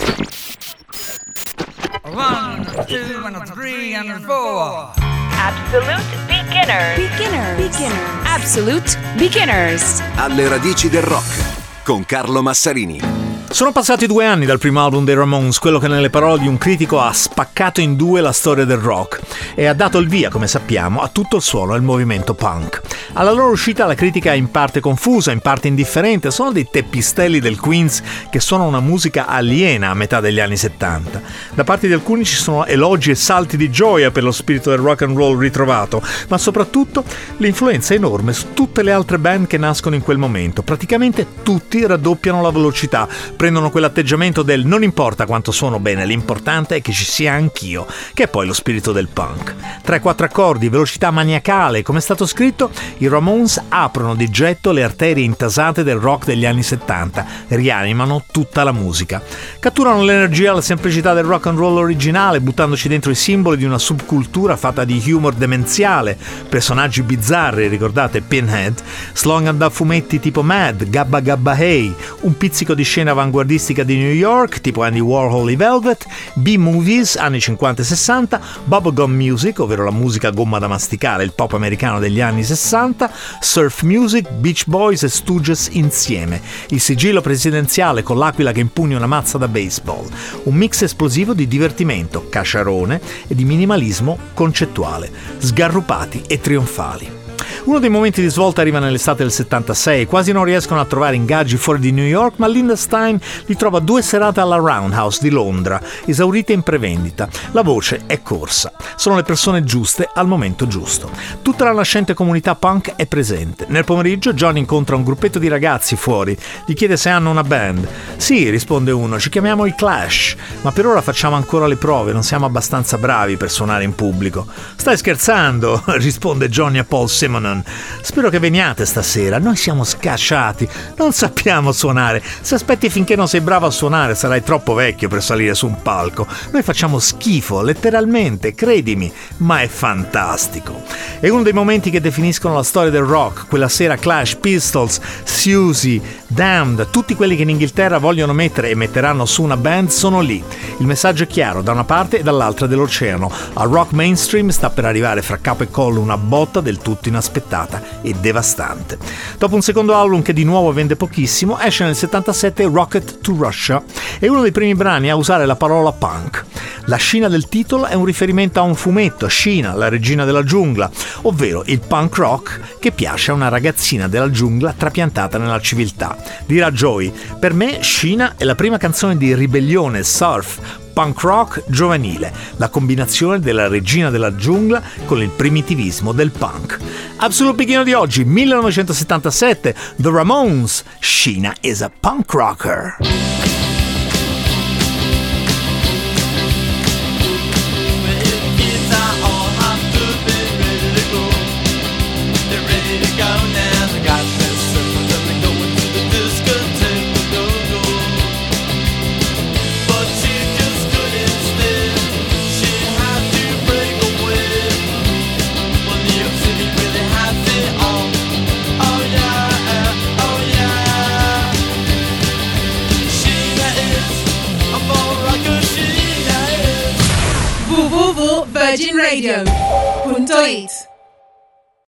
1, 2, and 3, and 4. Absolute beginners. Absolute beginners. Alle radici del rock con Carlo Massarini. Sono passati 2 anni dal primo album dei Ramones, quello che nelle parole di un critico ha spaccato in 2 la storia del rock e ha dato il via, come sappiamo, a tutto il suono del movimento punk. Alla loro uscita la critica è in parte confusa, in parte indifferente, sono dei teppistelli del Queens che suonano una musica aliena a metà degli anni 70. Da parte di alcuni ci sono elogi e salti di gioia per lo spirito del rock and roll ritrovato, ma soprattutto l'influenza è enorme su tutte le altre band che nascono in quel momento. Praticamente tutti raddoppiano la velocità, prendono quell'atteggiamento del non importa quanto suono bene, l'importante è che ci sia anch'io, che è poi lo spirito del punk. 3-4 accordi, velocità maniacale, come è stato scritto, i Ramones aprono di getto le arterie intasate del rock degli anni 70, rianimano tutta la musica. Catturano l'energia e la semplicità del rock and roll originale, buttandoci dentro i simboli di una subcultura fatta di humor demenziale, personaggi bizzarri, ricordate Pinhead, slogan da fumetti tipo Mad, Gabba Gabba Hey, un pizzico di scena avanguardistica di New York, tipo Andy Warhol e Velvet, B-movies, anni 50 e 60, bubblegum music, ovvero la musica a gomma da masticare, il pop americano degli anni 60, surf music, Beach Boys e Stooges insieme, il sigillo presidenziale con l'aquila che impugna una mazza da baseball, un mix esplosivo di divertimento, casciarone e di minimalismo concettuale, sgarrupati e trionfali. Uno dei momenti di svolta arriva nell'estate del 76, quasi non riescono a trovare ingaggi fuori di New York, ma Linda Stein li trova 2 serate alla Roundhouse di Londra, esaurite in prevendita. La voce è corsa, sono le persone giuste al momento giusto. Tutta la nascente comunità punk è presente. Nel pomeriggio John incontra un gruppetto di ragazzi fuori, gli chiede se hanno una band. Sì, risponde uno, ci chiamiamo i Clash, ma per ora facciamo ancora le prove, non siamo abbastanza bravi per suonare in pubblico. Stai scherzando? Risponde Johnny a Paul Simonon. Spero che veniate stasera, noi siamo scacciati, non sappiamo suonare, se aspetti finché non sei bravo a suonare sarai troppo vecchio per salire su un palco, noi facciamo schifo, letteralmente, credimi, ma è fantastico. È uno dei momenti che definiscono la storia del rock, quella sera Clash, Pistols, Siouxsie, Damned, tutti quelli che in Inghilterra vogliono mettere e metteranno su una band sono lì. Il messaggio è chiaro, da una parte e dall'altra dell'oceano, al rock mainstream sta per arrivare fra capo e collo una botta del tutto inaspettata e devastante. Dopo un secondo album che di nuovo vende pochissimo, esce nel 77 Rocket to Russia, è uno dei primi brani a usare la parola punk. La scena del titolo è un riferimento a un fumetto, Sheena, la regina della giungla, ovvero il punk rock che piace a una ragazzina della giungla trapiantata nella civiltà. Dirà Joey, per me Sheena è la prima canzone di ribellione, surf, punk rock giovanile, la combinazione della regina della giungla con il primitivismo del punk. Absolute Beginner di oggi, 1977, The Ramones, Sheena is a punk rocker. www.virginradio.it